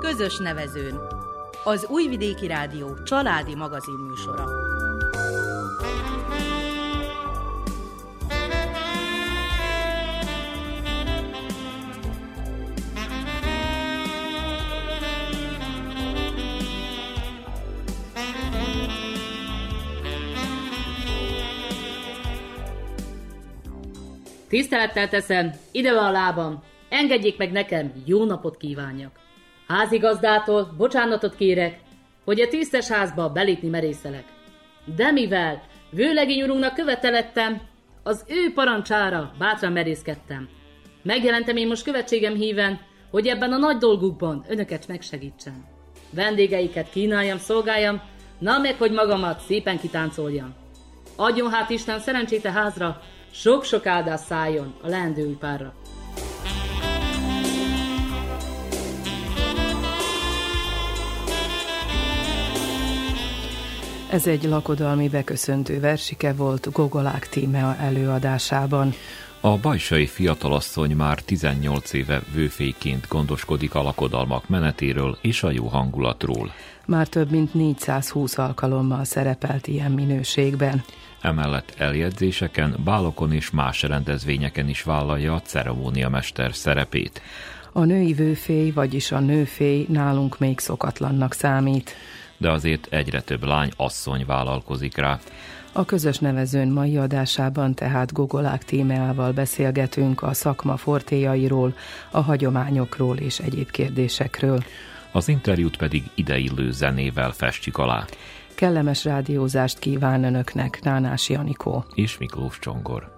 Közös nevezőn. Az Újvidéki Rádió családi magazinműsora. Tisztelettel teszem, ide van a lábam, engedjék meg nekem, jó napot kívánjak. Házigazdától bocsánatot kérek, hogy a tisztes házba belépni merészelek. De mivel vőlegény urunknak követelettem, az ő parancsára bátran merészkedtem. Megjelentem én most követségem híven, hogy ebben a nagy dolgukban önöket megsegítsem. Vendégeiket kínáljam, szolgáljam, na meg, hogy magamat szépen kitáncoljam. Adjon hát Isten szerencsét a házra, sok-sok áldás szálljon a leendő új párra. Ez egy lakodalmi beköszöntő versike volt Gogolák Tímea előadásában. A bajsai fiatalasszony már 18 éve vőfélyként gondoskodik a lakodalmak menetéről és a jó hangulatról. Már több mint 420 alkalommal szerepelt ilyen minőségben. Emellett eljegyzéseken, bálokon és más rendezvényeken is vállalja a ceremóniamester szerepét. A női vőfély, vagyis a nőfély nálunk még szokatlannak számít. De azért egyre több lány asszony vállalkozik rá. A közös nevezőn mai adásában tehát Gogolák Tímeával beszélgetünk a szakma fortéjairól, a hagyományokról és egyéb kérdésekről. Az interjút pedig ideillő zenével festjük alá. Kellemes rádiózást kíván önöknek Nánás Janikó és Miklós Csongor.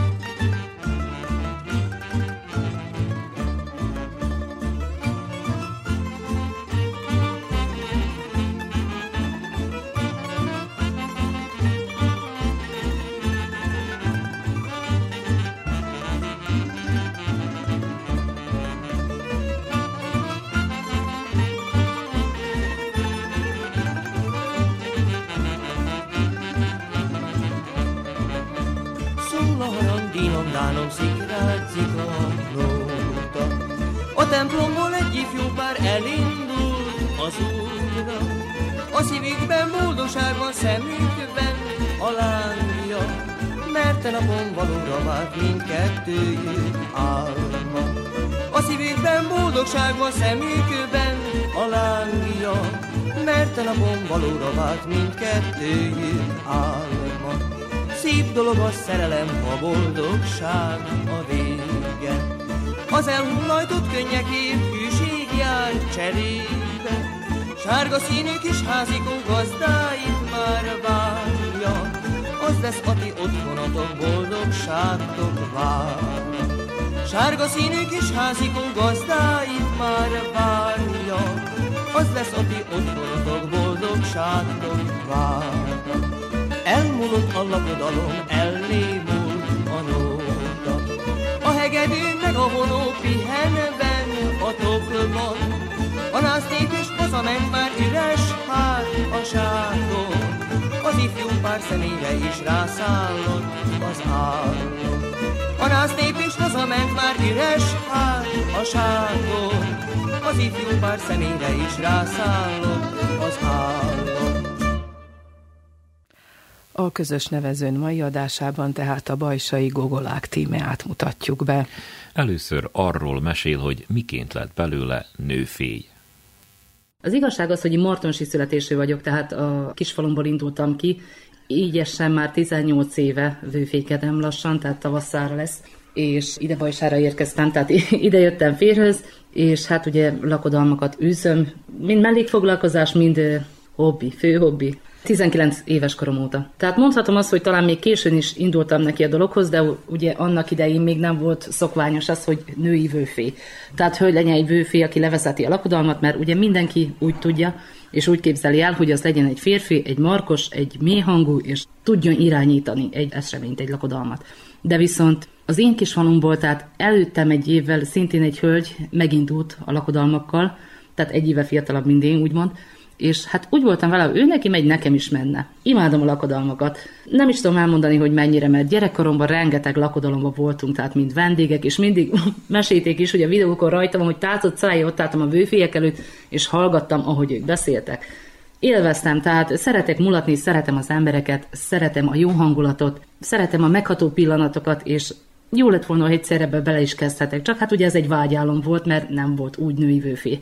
A templomból egy ifjú pár elindult az útra, a szívükben boldogság van, szemükben a lángja, mert te napon valóra vált mindkettőjük álma. A szívükben boldogság van, szemükben a lángja, mert te napon valóra vált mindkettőjük álma. Szép dolog a szerelem, a boldogság a vége. Az elhullajtott könnyekért hűség jár cserébe, sárga színű kis házikó gazdáit már várja, az lesz a ti otthonatok, boldogságtok várja. Sárga színű kis házikó gazdáit már várja, az lesz a ti otthonatok, boldogságtok várja. Elmúlott a lakodalom, elnémult a nóta, a hegedű meg a vonó pihenben a toplban. A násznép is hazament már üres házasságon, az ifjú pár szemére is rászállott az álom. A násznép is hazament már üres házasságon, az ifjú pár szemére is rászállott az álom. A közös nevezőn mai adásában tehát a bajsai Gogolák Tímeát mutatjuk be. Először arról mesél, hogy miként lett belőle nőfély. Az igazság az, hogy én martonsi születésű vagyok, tehát a kisfalomból indultam ki, ígyesen már 18 éve vőfékedem lassan, tehát tavasszára lesz, és ide Bajsára érkeztem, tehát ide jöttem férjhöz, és hát ugye lakodalmakat űzöm, mind mellékfoglalkozás, mind hobbi, fő hobbi. 19 éves korom óta. Tehát mondhatom azt, hogy talán még későn is indultam neki a dologhoz, de ugye annak idején még nem volt szokványos az, hogy női vőfély. Tehát hogy legyen egy vőfély, aki levezeti a lakodalmat, mert ugye mindenki úgy tudja, és úgy képzeli el, hogy az legyen egy férfi, egy markos, egy mélyhangú, és tudjon irányítani egy eseményt, egy lakodalmat. De viszont az én kis falumból, tehát előttem egy évvel szintén egy hölgy megindult a lakodalmakkal, tehát egy éve fiatalabb, mint én, úgymond, és hát úgy voltam vele, hogy ő neki megy, nekem is menne. Imádom a lakodalmakat. Nem is tudom elmondani, hogy mennyire, mert gyerekkoromban rengeteg lakodalomban voltunk, tehát mint vendégek, és mindig mesélték is, hogy a videókon rajtam, hogy tátott szája, ott álltam a vőfélyek előtt, és hallgattam, ahogy ők beszéltek. Élveztem, tehát szeretek mulatni, szeretem az embereket, szeretem a jó hangulatot, szeretem a megható pillanatokat, és jó lett volna, hogy egyszer ebbe bele is kezdhetek. Csak hát ugye ez egy vágyálom volt, mert nem volt úgy női vőfé.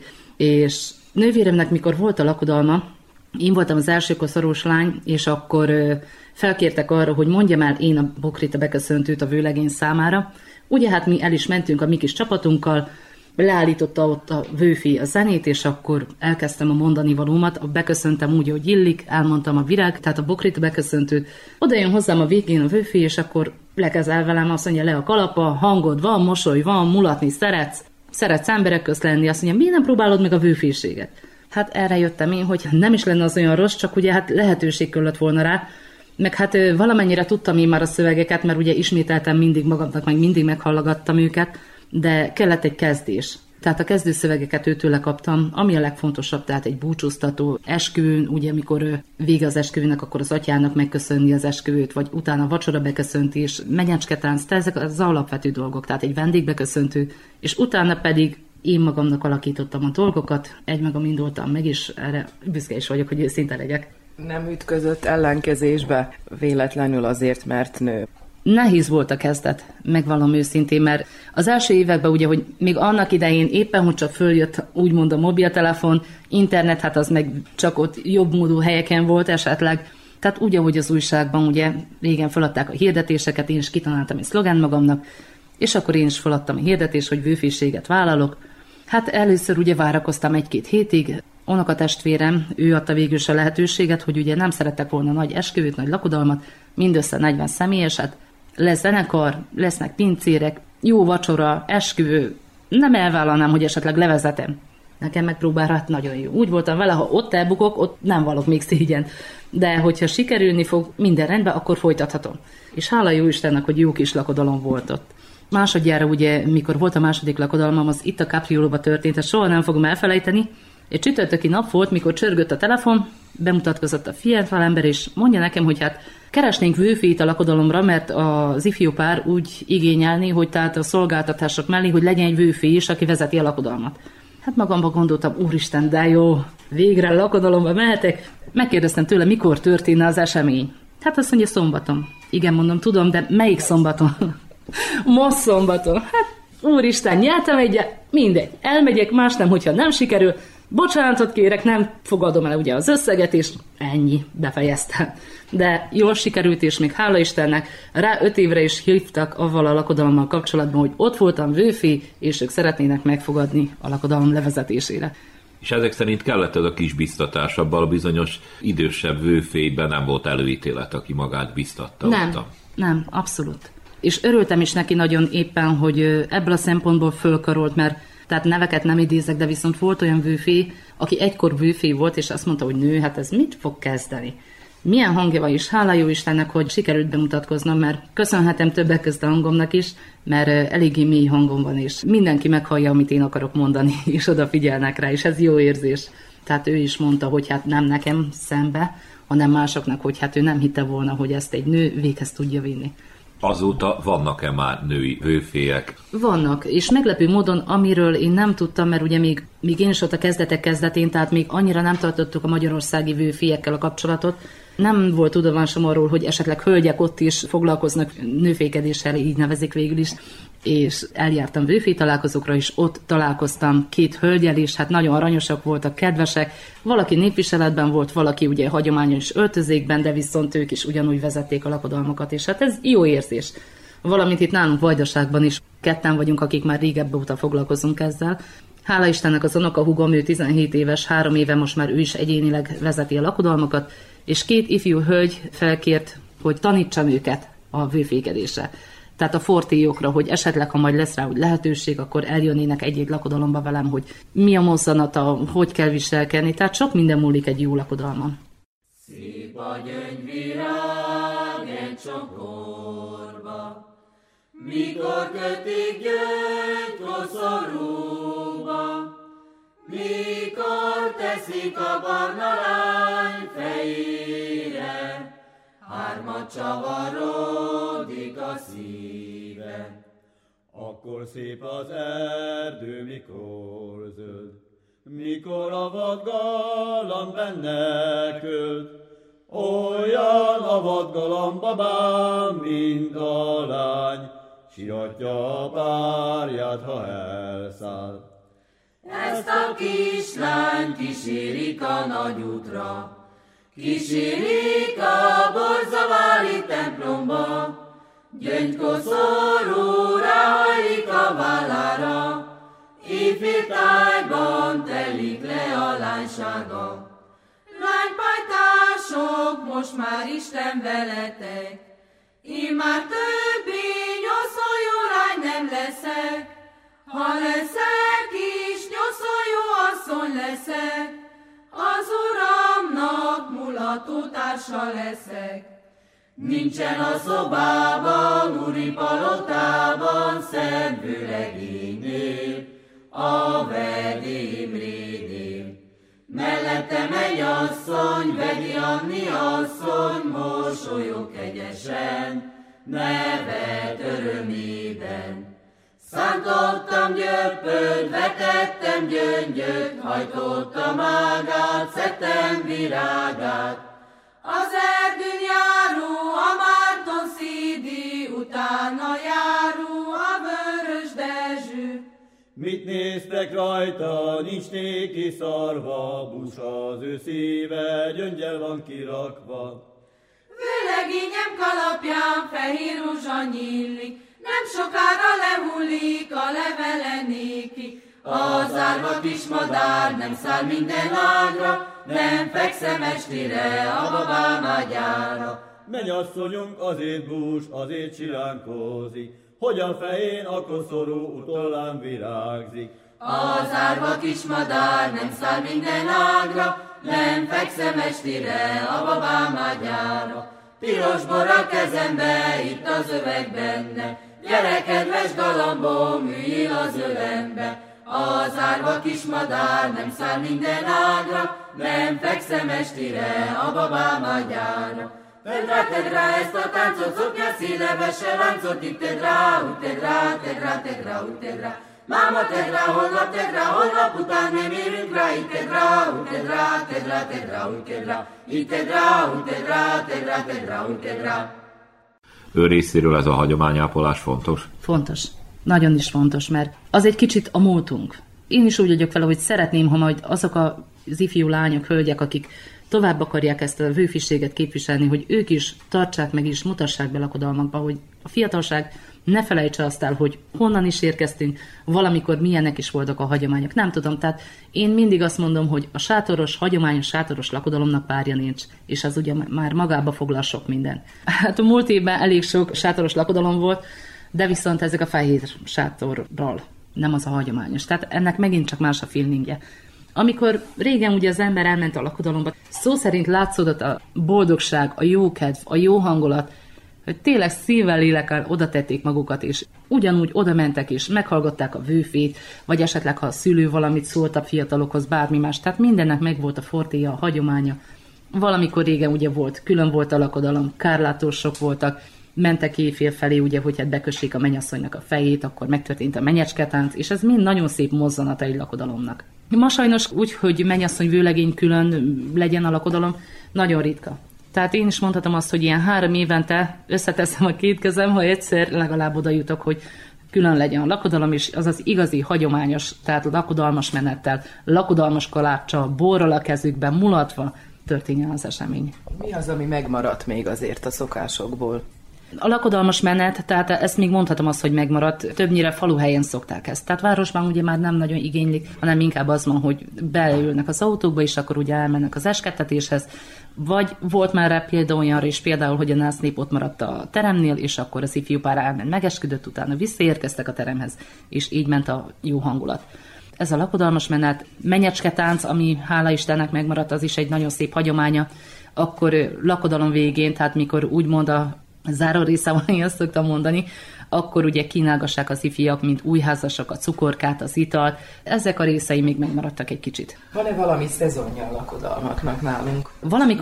És nővéremnek, mikor volt a lakodalma, én voltam az első koszorús lány, és akkor felkértek arra, hogy mondjam el én a Bokrita beköszöntőt a vőlegény számára. Ugye hát mi el is mentünk a mi kis csapatunkkal, leállította ott a vőfi a zenét, és akkor elkezdtem a mondani valómat, beköszöntem úgy, hogy illik, elmondtam a virág, tehát a Bokrita beköszöntőt. Oda jön hozzám a végén a vőfi, és akkor lekezel velem, azt mondja, le a kalapa, hangod van, mosoly van, mulatni szeretsz emberek közt lenni, azt mondja, miért nem próbálod meg a vőféséget? Hát erre jöttem én, hogy nem is lenne az olyan rossz, csak ugye hát lehetőség kellett volna rá, meg hát valamennyire tudtam én már a szövegeket, mert ugye ismételtem mindig magamnak, meg mindig meghallgattam őket, de kellett egy kezdés. Tehát a kezdőszövegeket őtőle kaptam, ami a legfontosabb, tehát egy búcsúztató esküvőn, ugye amikor vége az esküvőnek, akkor az atyának megköszönni az esküvőt, vagy utána vacsora beköszöntés, menyecsketánc, ezek az alapvető dolgok, tehát egy vendégbeköszöntő, és utána pedig én magamnak alakítottam a dolgokat, egymagam indultam meg, és erre büszke is vagyok, hogy őszinte legyek. Nem ütközött ellenkezésbe véletlenül azért, mert nő? Nehéz volt a kezdet, megvallom őszintén, mert az első években ugye, hogy még annak idején éppen, hogy csak följött úgymond a mobiltelefon, internet, hát az meg csak ott jobb módú helyeken volt esetleg. Tehát úgy, ahogy az újságban ugye régen feladták a hirdetéseket, én is kitaláltam egy szlogán magamnak, és akkor én is feladtam a hirdetést, hogy vőféséget vállalok. Hát először ugye várakoztam 1-2 hétig, unokatestvérem, ő adta végül is a lehetőséget, hogy ugye nem szerettek volna nagy esküvőt, nagy lakodalmat, mindössze 40 személyeset, lesz zenekar, lesznek pincérek, jó vacsora, esküvő, nem elvállalnám, hogy esetleg levezetem. Nekem megpróbálra, hát nagyon jó. Úgy voltam vele, ha ott elbukok, ott nem vallok még szégyent. De hogyha sikerülni fog minden rendben, akkor folytathatom. És hála jó Istennek, hogy jó kis lakodalom volt ott. Másodjára ugye, mikor volt a második lakodalmam, az itt a Capriolóba történt, ezt soha nem fogom elfelejteni. Egy csütörtöki nap volt, mikor csörgött a telefon, bemutatkozott a fiatalember, és mondja nekem, hogy hát keresnénk vőfét a lakodalomra, mert az ifjú pár úgy igényelni, hogy tehát a szolgáltatások mellé, hogy legyen egy vőfé is, aki vezeti a lakodalmat. Hát magamban gondoltam, úristen, de jó, végre lakodalomba mehetek. Megkérdeztem tőle, mikor történne az esemény. Hát azt mondja, szombaton. Igen, mondom, tudom, de melyik szombaton? Most szombaton. Hát úristen, nyertem egyet, mindegy, elmegyek, más nem, hogyha nem sikerül. Bocsánatot kérek, nem fogadom el ugye az összeget, és ennyi, befejeztem. De jól sikerült, és még hála Istennek, rá 5 évre is hívtak avval a lakodalommal kapcsolatban, hogy ott voltam vőfé, és ők szeretnének megfogadni a lakodalom levezetésére. És ezek szerint kellett ez a kis biztatás, abban a bizonyos idősebb vőfélyben nem volt előítélet, aki magát biztatta? Nem, abszolút. És örültem is neki nagyon éppen, hogy ebből a szempontból fölkarolt, mert tehát neveket nem idézek, de viszont volt olyan vőfé, aki egykor vőfé volt, és azt mondta, hogy nő, hát ez mit fog kezdeni? Milyen hangja van is, hála jó Istennek, hogy sikerült bemutatkoznom, mert köszönhetem többek között a hangomnak is, mert eléggé mély hangom van, és mindenki meghallja, amit én akarok mondani, és odafigyelnek rá, és ez jó érzés. Tehát ő is mondta, hogy hát nem nekem szembe, hanem másoknak, hogy hát ő nem hitte volna, hogy ezt egy nő véghez tudja vinni. Azóta vannak-e már női vőfélyek? Vannak, és meglepő módon, amiről én nem tudtam, mert ugye még én is ott a kezdetén, tehát még annyira nem tartottuk a magyarországi vőfélyekkel a kapcsolatot, nem volt tudomásom arról, hogy esetleg hölgyek ott is foglalkoznak nőfékedéssel, így nevezik végül is, és eljártam vőfé találkozókra, és ott találkoztam 2 hölgyel, és hát nagyon aranyosak voltak, kedvesek. Valaki népviseletben volt, valaki ugye hagyományos öltözékben, de viszont ők is ugyanúgy vezették a lakodalmakat, és hát ez jó érzés. Valamint itt nálunk Vajdaságban is 2 vagyunk, akik már régebb óta foglalkozunk ezzel. Hála Istennek az unokahúgom, ő 17 éves, 3 éve most már ő is egyénileg vezeti a lakodalmakat, és 2 ifjú hölgy felkért, hogy tanítsam őket a vőfékedésre. Tehát a fortélyokra, hogy esetleg, ha majd lesz rá úgy lehetőség, akkor eljönnének egy-egy lakodalomba velem, hogy mi a mozzanata, hogy kell viselkedni, tehát sok minden múlik egy jó lakodalmon. Szép a gyöngyvirág egy csokorba, mikor kötik gyöngy koszorúba, mikor te teszik a barna lány fejére, hármat csavarodik a szíve. Akkor szép az erdő, mikor zöld, mikor a vadgalamb benne költ. Olyan a vadgalamb babám, mint a lány, siratja a párját, ha elszáll. Ezt a kislányt kísérik a nagy útra, kísérik a borzavári templomba, gyöngykoszorú ráhajlik a vállára, éjféltájban telik le a lánysága. Lánypajtások, most már Isten veletek, én már többé nyoszoljó lány nem leszek, ha leszek is, nyoszoljó asszony leszek, az Uramnak mulató társa leszek. Nincsen a szobában, úri palotában, szent vőlegénynél, a vedémrénél. Mellette mennyasszony, Vedi Anni asszony, mosolyog kegyesen, nevet örömében. Szántottam gyöpöt, vetettem gyöngyöt, hajtottam ágát, szedtem virágát. Az erdőn járó, a Márton Szídi, utána járó, a Vörös Dezső. Mit néztek rajta, nincs néki szarva, busa az ő szíve, gyöngyel van kirakva. Vőlegényem kalapján fehér rózsa nyílik, nem sokára lehullik a levele néki. Az árva kis madár nem száll minden ágra, nem fekszem estére a babám ágyára. Mennyasszonyunk azért bús, azért csilánkozik, hogy a fején a koszorú utollán virágzik. Az árva kis madár nem száll minden ágra, nem fekszem estére a babám ágyára. Piros bor a kezembe, itt az öveg benne, gyere kedves galambom, üljél az ölembe. Az árva kis madár nem száll minden ágra, nem fekszem estére a babám ágyára. Tedd rá ezt a táncot, szoknya szélevese láncot, itt tedd rá, úgy tedd rá, tedd rá, tedd rá, úgy tedd rá. Máma tedd rá, holnap után nem érünk rá, itt tedd rá, úgy tedd rá, tedd rá, tedd rá, úgy tedd rá. Itt tedd rá, úgy tedd rá, tedd rá, tedd rá, úgy tedd rá. Ő részéről ez a hagyományápolás fontos? Fontos. Nagyon is fontos, mert az egy kicsit a múltunk. Én is úgy vagyok vele, hogy szeretném, ha majd azok az ifjú lányok, hölgyek, akik tovább akarják ezt a vőfiséget képviselni, hogy ők is tartsák meg és mutassák be lakodalmakba, hogy a fiatalság ne felejtse azt el, hogy honnan is érkeztünk, valamikor milyenek is voltak a hagyományok. Nem tudom, tehát én mindig azt mondom, hogy a sátoros, hagyományos sátoros lakodalomnak párja nincs, és az ugye már magába foglal sok minden. Hát a múlt évben elég sok sátoros lakodalom volt, de viszont ezek a fehér sátorral, nem az a hagyományos. Tehát ennek megint csak más a feelingje. Amikor régen ugye az ember elment a lakodalomba, szó szerint látszódott a boldogság, a jókedv, a jó hangulat, hogy tényleg szívvel, lélekkel oda tették magukat, és ugyanúgy oda mentek, és meghallgatták a vőfét, vagy esetleg, ha a szülő valamit szólt a fiatalokhoz, bármi más. Tehát mindennek megvolt a fortéja, a hagyománya. Valamikor régen ugye külön volt a lakodalom, kárlátósok voltak, mentek éjfél felé, ugye, hogy hát bekössék a mennyasszonynak a fejét, akkor megtörtént a menyecsketánc, és ez mind nagyon szép mozzanata egy lakodalomnak. Ma sajnos úgy, hogy mennyasszony vőlegény külön legyen a lakodalom, nagyon ritka. Tehát én is mondhatom azt, hogy ilyen 3 évente összeteszem a 2 kezem, ha egyszer legalább oda jutok, hogy külön legyen a lakodalom, és az az igazi, hagyományos, tehát lakodalmas menettel, lakodalmas kaláccsal, borral a kezükben, mulatva történjen az esemény. Mi az, ami megmaradt még azért a szokásokból? A lakodalmas menet, tehát ezt még mondhatom azt, hogy megmaradt, többnyire faluhelyen szokták ezt. Tehát városban ugye már nem nagyon igénylik, hanem inkább az van, hogy beülnek az autókba, és akkor ugye elmennek az eskettetéshez. Vagy volt már rá példa olyanra is, például, hogy a násznép ott maradt a teremnél, és akkor az ifjú pár elment, megesküdött, utána visszaérkeztek a teremhez, és így ment a jó hangulat. Ez a lakodalmas menet, menyecsketánc, ami hála Istennek megmaradt, az is egy nagyon szép hagyománya. Akkor lakodalom végén, tehát mikor úgymond a záró része van, én azt szoktam mondani, akkor ugye kínálgassák az ifjak, mint újházasok, a cukorkát, az italt. Ezek a részei még megmaradtak egy kicsit. Van-e valami szezonja a lakodalmaknak nálunk?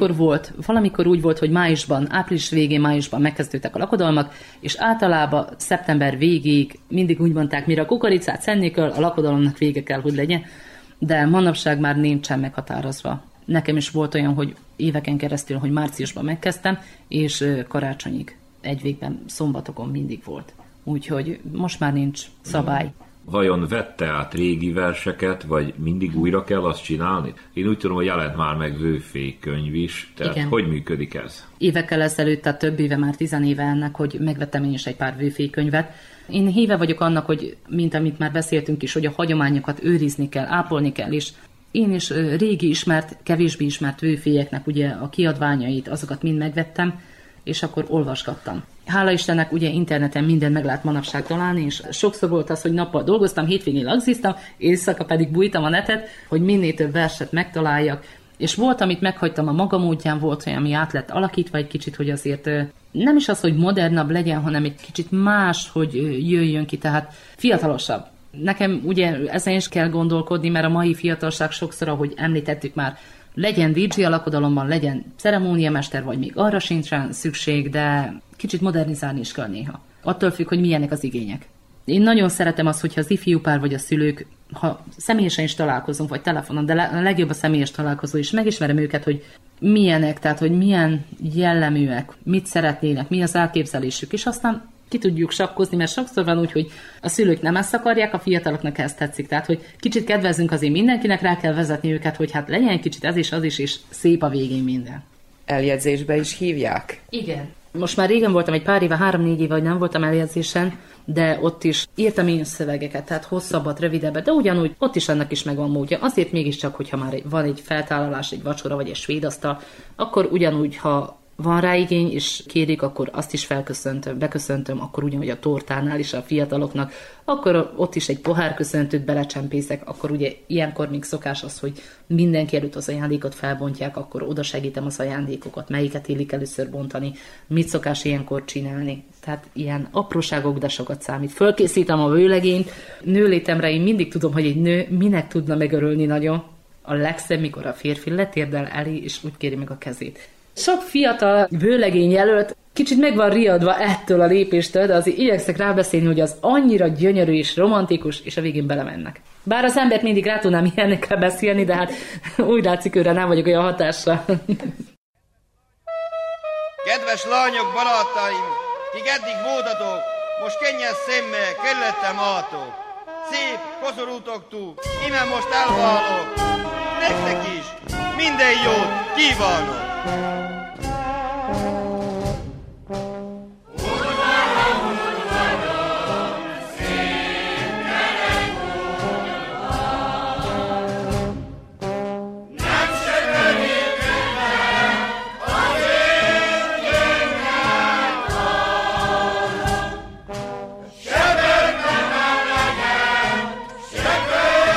Valamikor úgy volt, hogy májusban, április végén, májusban megkezdődtek a lakodalmak, és általában szeptember végéig mindig úgy mondták, mire a kukoricát szedni kell, a lakodalomnak vége kell, hogy legyen, de manapság már nincsen meghatározva. Nekem is volt olyan, hogy éveken keresztül, hogy márciusban megkezdtem, és karácsonyig egy végben szombatokon mindig volt. Úgyhogy most már nincs szabály. Vajon vette át régi verseket, vagy mindig újra kell azt csinálni? Én úgy tudom, hogy jelent már meg vőfékönyv is, tehát igen. Hogy működik ez? Évekkel ezelőtt, tehát több éve, már 10 éve ennek, hogy megvettem én is egy pár vőfékönyvet. Én híve vagyok annak, hogy mint amit már beszéltünk is, hogy a hagyományokat őrizni kell, ápolni kell, és én is régi ismert, kevésbé ismert vőfélyeknek ugye a kiadványait, azokat mind megvettem, és akkor olvasgattam. Hála Istennek ugye interneten mindent meg lehet manapság találni, és sokszor volt az, hogy nappal dolgoztam, hétvégén lagziztam, éjszaka pedig bújtam a netet, hogy minél több verset megtaláljak. És volt, amit meghagytam a maga módján, volt olyan, ami át lett alakítva egy kicsit, hogy azért nem is az, hogy modernabb legyen, hanem egy kicsit más, hogy jöjjön ki, tehát fiatalosabb. Nekem ugye ezen is kell gondolkodni, mert a mai fiatalság sokszor, ahogy említettük már, legyen DJ a lakodalomban, legyen ceremóniamester, vagy még arra sincsen szükség, de kicsit modernizálni is kell néha. Attól függ, hogy milyenek az igények. Én nagyon szeretem azt, hogyha az ifjú pár vagy a szülők, ha személyesen is találkozunk, vagy telefonon, de a legjobb a személyes találkozó is, megismerem őket, hogy milyenek, tehát hogy milyen jelleműek, mit szeretnének, mi az elképzelésük, és aztán ki tudjuk sakkozni, mert sokszor van úgy, hogy a szülők nem ezt akarják, a fiataloknak ezt tetszik. Tehát, hogy kicsit kedvezzünk azért mindenkinek, rá kell vezetni őket, hogy hát legyen kicsit ez is, az is, és szép a végén minden. Eljegyzésbe is hívják? Igen. Most már régen voltam, egy pár éve, 3-4 éve, hogy nem voltam eljegyzésen, de ott is írtam én szövegeket, tehát hosszabbat, rövidebbet, de ugyanúgy ott is annak is megvan módja. Azért mégiscsak, hogyha már van egy feltállalás, egy vacsora vagy egy svédasztal, akkor ugyanúgy, ha van rá igény, és kérik, akkor azt is beköszöntöm, akkor ugyanúgy a tortánál is a fiataloknak, akkor ott is egy pohárköszöntőt belecsempészek, akkor ugye ilyenkor még szokás az, hogy mindenki előtt az ajándékot felbontják, akkor oda segítem az ajándékokat, melyiket illik először bontani, mit szokás ilyenkor csinálni. Tehát ilyen apróságok, de sokat számít. Fölkészítem a vőlegényt, nőlétemre én mindig tudom, hogy egy nő minek tudna megörülni nagyon. A legszebb, mikor a férfi letérdel elé, és úgy kéri meg a kezét. Sok fiatal vőlegény jelölt kicsit meg van riadva ettől a lépéstől, de azért igyekszek rábeszélni, hogy az annyira gyönyörű és romantikus, és a végén belemennek. Bár az embert mindig rá tudnám ilyenekkel beszélni, de hát úgy látszik, őre nem vagyok olyan hatásra. Kedves lányok, barátaim, kik eddig voltatok, most könnyes szemmel, körülöttem álltok. Szép, koszorútok túl, ime most elválok. Nektek is minden jót kívánok!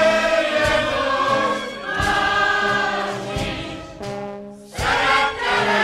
Szerettelek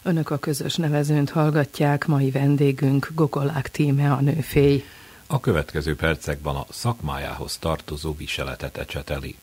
Önök a közös nevezőnt hallgatják, mai vendégünk Gogolák Tíme, a nőfély. A következő percekben a szakmájához tartozó viseletet ecseteli.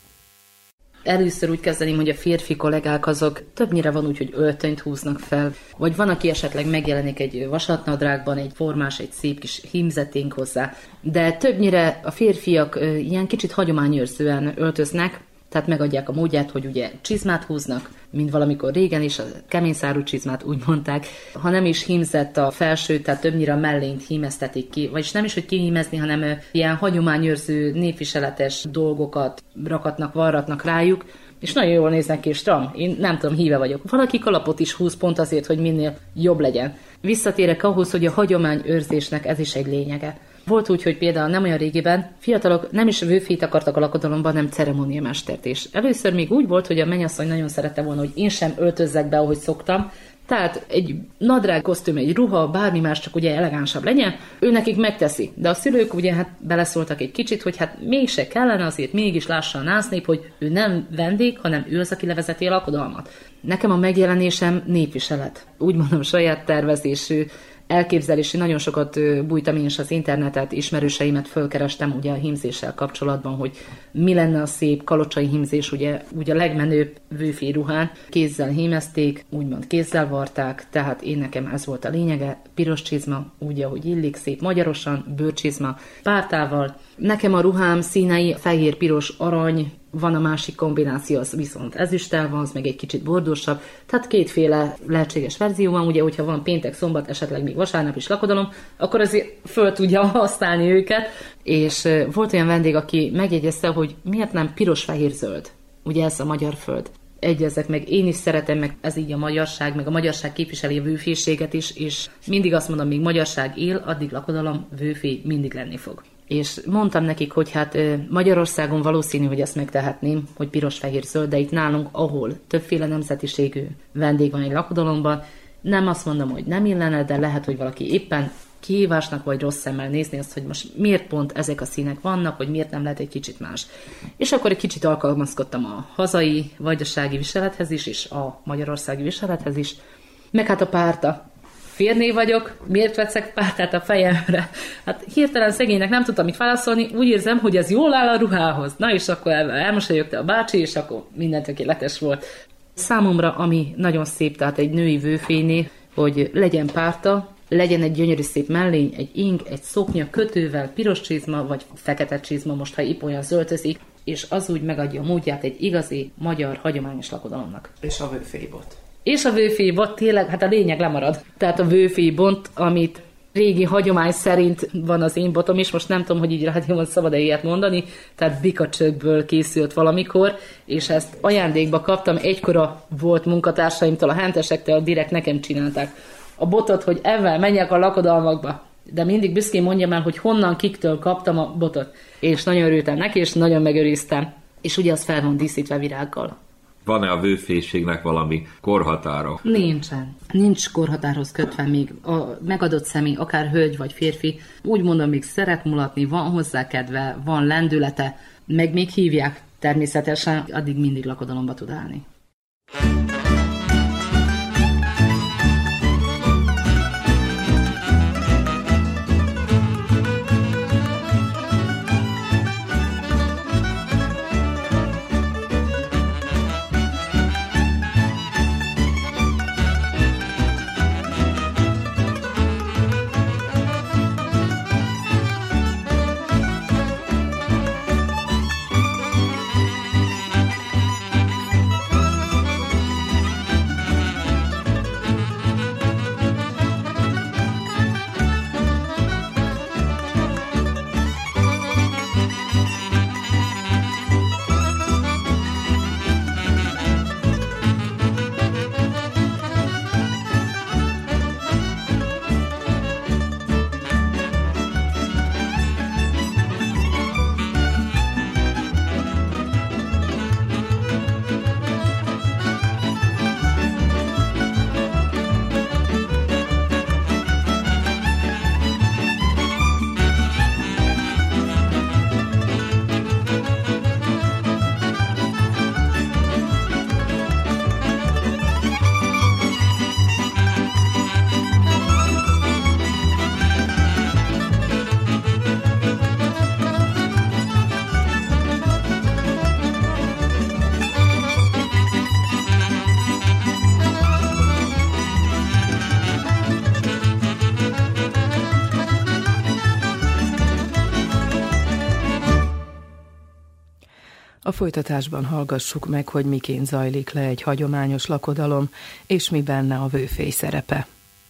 Először úgy kezdeném, hogy a férfi kollégák azok többnyire van úgy, hogy öltönyt húznak fel, vagy van, aki esetleg megjelenik egy vasatnadrágban, egy formás, egy szép kis hímzeténk hozzá, de többnyire a férfiak ilyen kicsit hagyományőrzően öltöznek, tehát megadják a módját, hogy ugye csizmát húznak, mint valamikor régen is, a keményszárú csizmát úgy mondták, ha nem is hímzett a felső, tehát többnyire a mellényt hímeztetik ki, vagyis nem is, hogy kihímezni, hanem ilyen hagyományőrző, népviseletes dolgokat rakatnak, varratnak rájuk, és nagyon jól néznek ki, és stram, én nem tudom, híve vagyok. Valaki kalapot is húz pont azért, hogy minél jobb legyen. Visszatérek ahhoz, hogy a hagyományőrzésnek ez is egy lényege. Volt úgy, hogy például nem olyan régiben fiatalok nem is vőfét akartak a lakodalomban, hanem ceremóniamestert is. Először még úgy volt, hogy a mennyasszony nagyon szerette volna, hogy én sem öltözzek be, ahogy szoktam. Tehát egy nadrág kosztüm, egy ruha, bármi más, csak ugye elegánsabb legyen, ő nekik megteszi. De a szülők ugye hát beleszóltak egy kicsit, hogy hát mégse kellene, azért mégis lássa a násznép, hogy ő nem vendég, hanem ő az, aki levezeti a lakodalmat. Nekem a megjelenésem népviselet. Úgy mondom, saját tervezésű, elképzelésű, nagyon sokat bújtam én is az internetet, ismerőseimet fölkerestem ugye a hímzéssel kapcsolatban, hogy mi lenne a szép kalocsai hímzés, ugye a legmenőbb vőfély ruhán. Kézzel hímezték, úgymond kézzel varták, tehát én nekem ez volt a lényege, piros csizma, úgy, ahogy illik, szép magyarosan, bőrcsizma, pártával. Nekem a ruhám színei fehér, piros, arany, van a másik kombináció, az viszont ezüsttel van, az meg egy kicsit bordósabb, tehát kétféle lehetséges verzió van, ugye, hogyha van péntek, szombat, esetleg még vasárnap is lakodalom, akkor azért föl tudja használni őket, és volt olyan vendég, aki megjegyezte, hogy miért nem piros-fehér-zöld, ugye ez a magyar föld. Egyezek meg, én is szeretem, meg ez így a magyarság, meg a magyarság képviseli a vőfélységet is, és mindig azt mondom, míg magyarság él, addig lakodalom, vőfély mindig lenni fog. És mondtam nekik, hogy hát Magyarországon valószínű, hogy ezt megtehetném, hogy piros-fehér-zöld, de itt nálunk, ahol többféle nemzetiségű vendég van egy lakodalomban, nem azt mondom, hogy nem illene, de lehet, hogy valaki éppen kihívásnak vagy rossz szemmel nézni azt, hogy most miért pont ezek a színek vannak, hogy miért nem lehet egy kicsit más. És akkor egy kicsit alkalmazkodtam a hazai vajdasági viselethez is, és a magyarországi viselethez is, meg hát a párta. Férné vagyok, miért veszek pártát a fejemre? Hát hirtelen szegénynek nem tudtam mit válaszolni, úgy érzem, hogy ez jól áll a ruhához. Na és akkor elmosolyogta a bácsi, és akkor minden tökéletes volt. Számomra, ami nagyon szép, tehát egy női vőfélynél, hogy legyen párta, legyen egy gyönyörű szép mellény, egy ing, egy szoknya kötővel, piros csizma, vagy fekete csizma, most ha épp olyan zöltözik, és az úgy megadja a módját egy igazi magyar hagyományos lakodalomnak. És a vőfélybot. És a vőfélybot tényleg, hát a lényeg lemarad. Tehát a vőfélybont, amit régi hagyomány szerint van az én botom is, most nem tudom, hogy így rádióban szabad-e ilyet mondani, tehát bikacsökből készült valamikor, és ezt ajándékba kaptam, egykora volt munkatársaimtól, a hentesektől, direkt nekem csinálták a botot, hogy ezzel menjek a lakodalmakba. De mindig büszkén mondjam el, hogy honnan, kiktől kaptam a botot. És nagyon örültem neki, és nagyon megőriztem. És ugye az fel van díszítve virággal. Van-e a vőfélységnek valami korhatára? Nincsen. Nincs korhatárhoz kötve még. A megadott személy, akár hölgy vagy férfi, úgy mondom, még szeret mulatni, van hozzá kedve, van lendülete, meg még hívják természetesen, addig mindig lakodalomba tud állni. A folytatásban hallgassuk meg, hogy miként zajlik le egy hagyományos lakodalom, és mi benne a vőfély szerepe.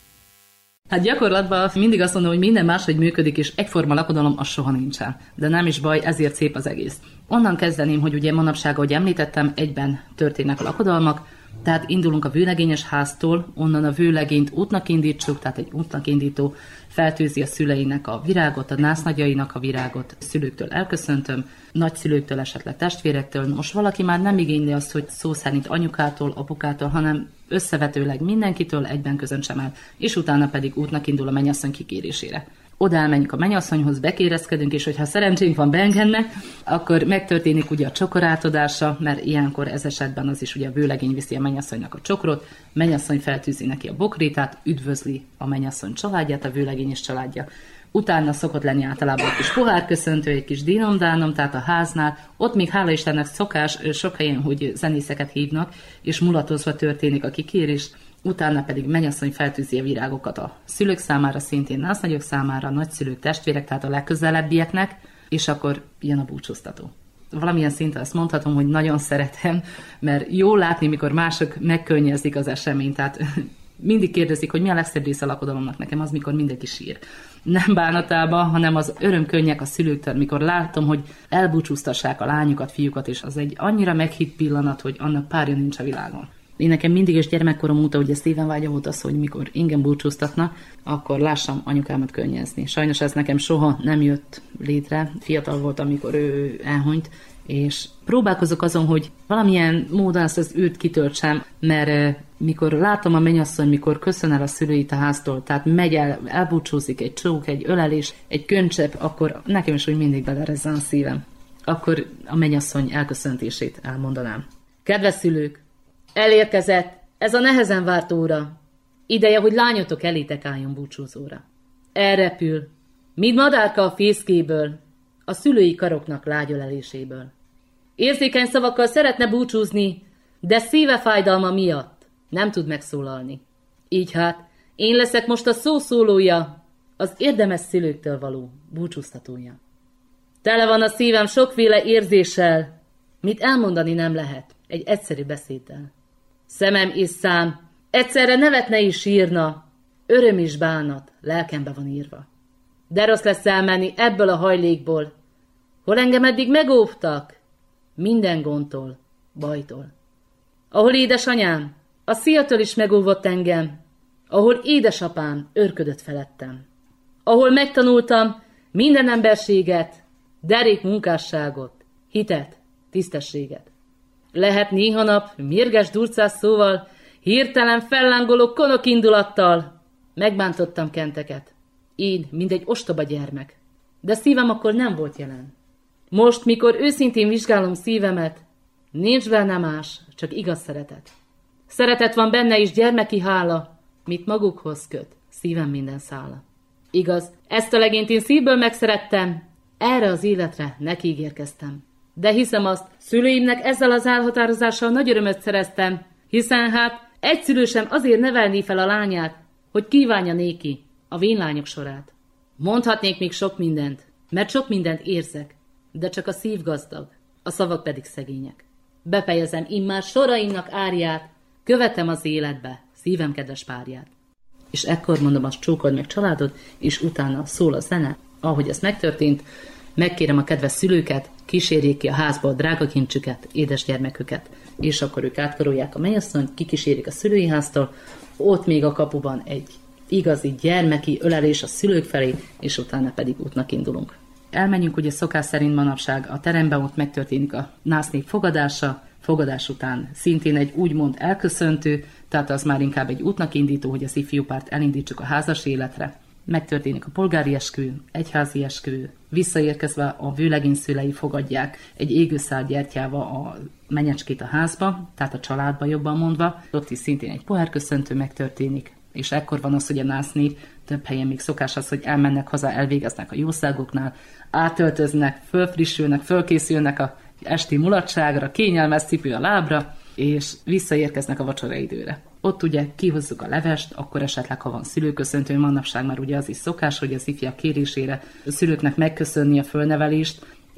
Hát gyakorlatban mindig azt mondom, hogy minden máshogy működik, és egyforma lakodalom az soha nincsen. De nem is baj, ezért szép az egész. Onnan kezdeném, hogy ugye manapság, ahogy említettem, egyben történnek a lakodalmak, tehát indulunk a vőlegényes háztól, onnan a vőlegényt útnak indítsuk, tehát egy útnak indító feltűzi a szüleinek a virágot, a násznagyainak a virágot, szülőktől elköszöntöm, nagyszülőktől, esetleg testvérektől. Most valaki már nem igényli azt, hogy szó szerint anyukától, apukától, hanem összevetőleg mindenkitől egyben köszöntsem el, és utána pedig útnak indul a mennyasszony kikérésére. Oda elmenjük a mennyasszonyhoz, bekérezkedünk, és hogyha szerencsénk van, beengednek, akkor megtörténik ugye a csokorátadása, mert ilyenkor ez esetben az is ugye a vőlegény viszi a mennyasszonynak a csokrot, mennyasszony feltűzi neki a bokrétát, üdvözli a mennyasszony családját, a vőlegény is családja. Utána szokott lenni általában egy kis pohárköszöntő, egy kis dínomdánom, tehát a háznál. Ott még hála Istennek szokás sok helyen, hogy zenészeket hívnak, és mulatozva történik a kikérés. Utána pedig mennyasszony feltűzi a virágokat a szülők számára, szintén násznagyok számára, nagyszülők, testvérek, tehát a legközelebbieknek, és akkor jön a búcsúztató. Valamilyen szinten azt mondhatom, hogy nagyon szeretem, mert jó látni, mikor mások megkönnyezzik az eseményt, tehát mindig kérdezik, hogy mi a legszebb része a lakodalomnak. Nekem az, mikor mindenki sír. Nem bánatában, hanem az örömkönnyek a szülőktől, mikor látom, hogy elbúcsúztassák a lányukat, fiúkat, és az egy annyira meghitt pillanat, hogy annak párja nincs a világon. Én nekem mindig is gyermekkorom óta, ugye szívem vágya volt az, hogy mikor engem búcsúztatna, akkor lássam anyukámat könnyezni. Sajnos ez nekem soha nem jött létre. Fiatal volt, amikor ő elhunyt, és próbálkozok azon, hogy valamilyen módon ezt az őt kitöltsem, mert mikor látom a mennyasszony, mikor köszön el a szülőit a háztól, tehát megy el, elbúcsúzik, egy csók, egy ölelés, egy könycsepp, akkor nekem is úgy mindig belerezzen a szívem. Akkor a mennyasszony elköszöntését elmondanám. Kedves szülők! Elérkezett ez a nehezen várt óra. Ideje, hogy lányotok elétek álljon búcsúzóra. Elrepül, mint madárka a fészkéből, a szülői karoknak lágyöleléséből. Érzékeny szavakkal szeretne búcsúzni, de szíve fájdalma miatt nem tud megszólalni. Így hát, én leszek most a szószólója, az érdemes szülőktől való búcsúztatója. Tele van a szívem sokféle érzéssel, mit elmondani nem lehet egy egyszerű beszéddel. Szemem és szám egyszerre nevetne és sírna, öröm és bánat lelkembe van írva. De rossz lesz elmenni ebből a hajlékból, hol engem eddig megóvtak, minden gondtól, bajtól. Ahol édesanyám a szíjatól is megóvott engem, ahol édesapám őrködött felettem. Ahol megtanultam minden emberséget, derék munkásságot, hitet, tisztességet. Lehet néha nap mérges durcás szóval, hirtelen fellángoló konok indulattal. Megbántottam kenteket, én, mint egy ostoba gyermek. De szívem akkor nem volt jelen. Most, mikor őszintén vizsgálom szívemet, nincs benne más, csak igaz szeretet. Szeretet van benne is, gyermeki hála, mit magukhoz köt, szívem minden szála. Igaz, ezt a legényt én szívből megszerettem, erre az életre nekiígérkeztem. De hiszem azt, szüleimnek ezzel az elhatározással nagy örömöt szereztem, hiszen hát egy szülő sem azért nevelné fel a lányát, hogy kívánja néki a vénlányok sorát. Mondhatnék még sok mindent, mert sok mindent érzek, de csak a szív gazdag, a szavak pedig szegények. Befejezem immár soraimnak árját, követem az életbe szívem kedves párját. És ekkor mondom, azt csókold meg családod, és utána szól a zene. Ahogy ez megtörtént, megkérem a kedves szülőket, kísérjék ki a házba a drága kincsüket, édes gyermeküket, és akkor ők átkarolják a mennyasszonyt, kikísérik a szülői háztól, ott még a kapuban egy igazi gyermeki ölelés a szülők felé, és utána pedig útnak indulunk. Elmenjünk ugye szokás szerint manapság a terembe, ott megtörténik a násznép fogadása, fogadás után szintén egy úgymond elköszöntő, tehát az már inkább egy útnak indító, hogy az ifjú párt elindítsuk a házas életre. Megtörténik a polgári esküvő, egyházi esküvő, visszaérkezve a vőlegény szülei fogadják egy égőszál gyertyával a menyecskét a házba, tehát a családba jobban mondva, ott is szintén egy pohárköszöntő megtörténik, és ekkor van az, hogy a násznép, több helyen még szokás az, hogy elmennek haza, elvégeznek a jószágoknál, átöltöznek, fölfrissülnek, fölkészülnek a esti mulatságra, kényelmes cipő a lábra, és visszaérkeznek a vacsora időre. Ott ugye kihozzuk a levest, akkor esetleg, ha van szülőköszöntő, manapság már ugye az is szokás, hogy az ifjak kérésére a szülőknek megköszönni a fölnevelést,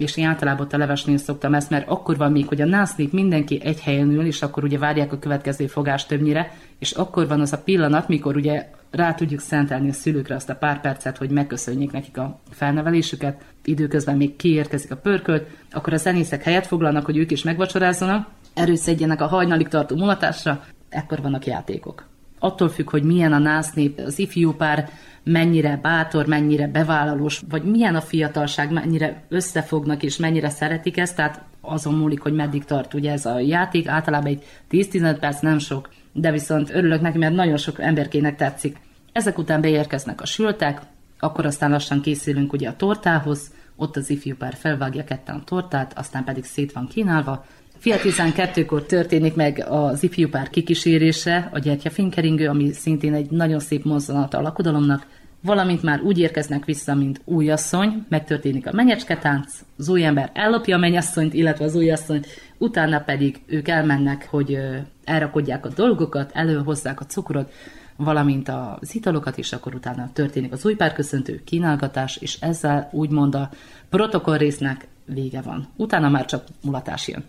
és én általában a levesnél szoktam ezt, mert akkor van még, hogy a násznép mindenki egy helyen ül, és akkor ugye várják a következő fogást többnyire, és akkor van az a pillanat, mikor ugye rá tudjuk szentelni a szülőkre azt a pár percet, hogy megköszönjék nekik a felnevelésüket, időközben még kiérkezik a pörkölt, akkor a zenészek helyet foglalnak, hogy ők is megvacsorázzanak, erőszedjenek a hajnalig tartó mulatásra, ekkor vannak játékok. Attól függ, hogy milyen a násznép, az ifjú pár mennyire bátor, mennyire bevállalós, vagy milyen a fiatalság, mennyire összefognak és mennyire szeretik ezt, tehát azon múlik, hogy meddig tart ugye ez a játék, általában egy 10-15 perc nem sok, de viszont örülök neki, mert nagyon sok emberkének tetszik. Ezek után beérkeznek a sültek, akkor aztán lassan készülünk ugye a tortához, ott az ifjú pár felvágja ketten a tortát, aztán pedig szét van kínálva. Fél 12-kor történik meg az ifjú pár kikísérése, a gyertyafénykeringő, ami szintén egy nagyon szép mozzanata a lakodalomnak, valamint már úgy érkeznek vissza, mint újasszony, megtörténik a menyecsketánc, az újember ellopja a mennyasszonyt, illetve az újasszonyt, utána pedig ők elmennek, hogy elrakodják a dolgokat, előhozzák a cukrot, valamint az italokat, és akkor utána történik az újpárköszöntő, kínálgatás, és ezzel úgymond a protokoll résznek vége van. Utána már csak mulatás jön.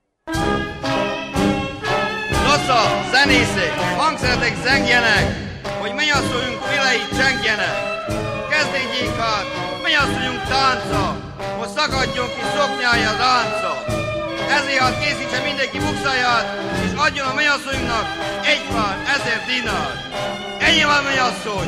Nosza, zenészek, hangszeretek zengjenek, hogy mennyasszonyunk filei csengjenek. Kezdődjék hát, mennyasszonyunk tánca, most szakadjon ki szoknyája dánca. Ezért hát készítse mindenki bukszáját, és adjon a mennyasszonyunknak egy pár 1000 dinár. Ennyi van, mennyasszony!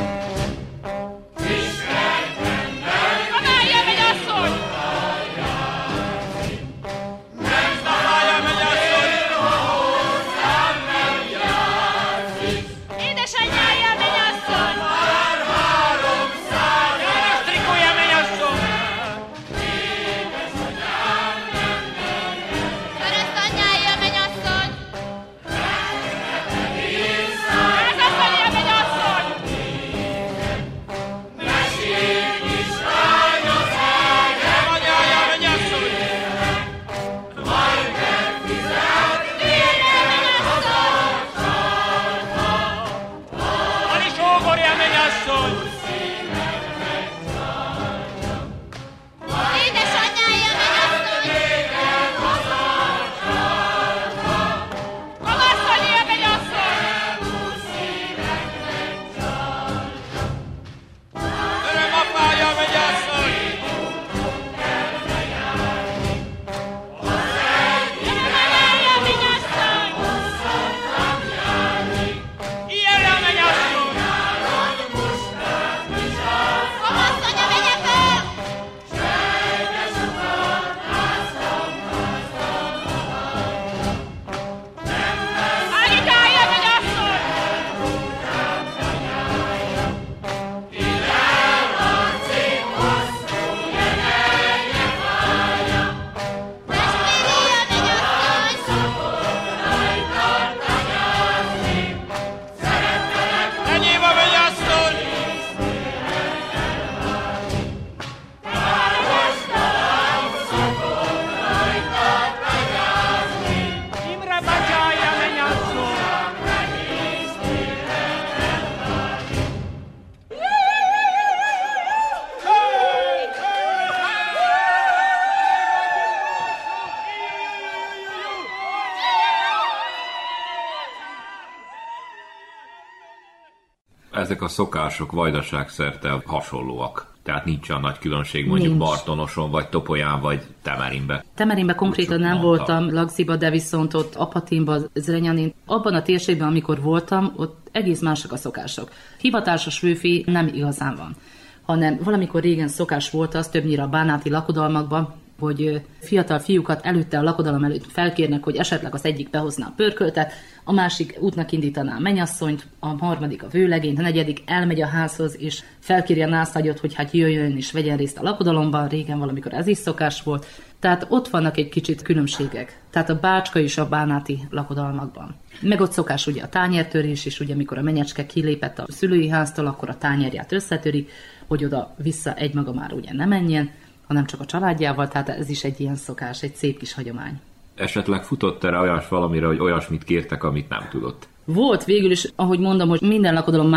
Ezek a szokások Vajdaság szerte hasonlóak. Tehát nincs olyan nagy különbség mondjuk Bartonoson, vagy Topolyán, vagy Temerinbe. Temerinbe konkrétan nem voltam, Lagziba, de viszont ott Apatinba, Zrenyanin. Abban a térségben, amikor voltam, ott egész mások a szokások. Hivatásos főfé nem igazán van, hanem valamikor régen szokás volt az, többnyire a bánáti lakodalmakban, hogy fiatal fiúkat előtte a lakodalom előtt felkérnek, hogy esetleg az egyik behozná a pörköltet, a másik útnak indítaná a mennyasszonyt, a harmadik a vőlegényt, a negyedik elmegy a házhoz, és felkéri a násznagyot, hogy hát jöjjön és vegyen részt a lakodalomban, régen valamikor ez is szokás volt. Tehát ott vannak egy kicsit különbségek. Tehát a bácska és a bánáti lakodalmakban. Meg ott szokás ugye a tányértörés is, ugye amikor a menyecske kilépett a szülői háztól, akkor a tányérját összetörik, hogy oda vissza egymaga már ugye nem menjen, hanem csak a családjával, tehát ez is egy ilyen szokás, egy szép kis hagyomány. Esetleg futott erre valamire, hogy olyasmit kértek, amit nem tudott? Volt végül is, ahogy mondom, hogy minden lakodalom más